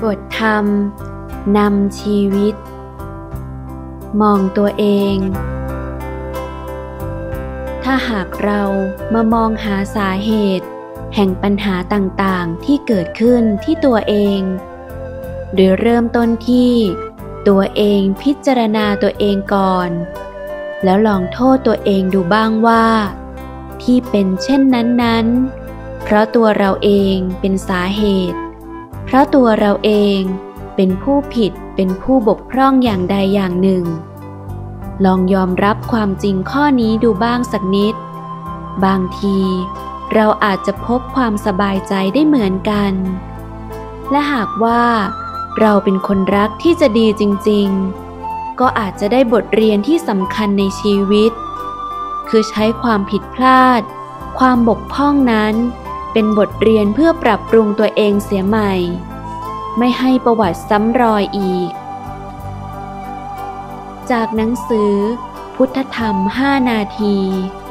บทธรรมนำชีวิตมองตัวเองถ้าหากเรามามองหาสาเหตุแห่งปัญหาต่างๆที่เกิดขึ้นที่ตัวเองโดยเริ่มต้นที่ตัวเองพิจารณาตัวเองก่อนแล้วลองโทษตัวเองดูบ้างว่าที่เป็นเช่นนั้นเพราะตัวเราเองเป็นสาเหตุเพราะตัวเราเองเป็นผู้ผิดเป็นผู้บกพร่องอย่างใดอย่างหนึ่งลองยอมรับความจริงข้อนี้ดูบ้างสักนิดบางทีเราอาจจะพบความสบายใจได้เหมือนกันและหากว่าเราเป็นคนรักที่จะดีจริงๆก็อาจจะได้บทเรียนที่สำคัญในชีวิตคือใช้ความผิดพลาดความบกพร่องนั้นเป็นบทเรียนเพื่อปรับปรุงตัวเองเสียใหม่ไม่ให้ประวัติซ้ำรอยอีกจากหนังสือพุทธธรรม5 นาที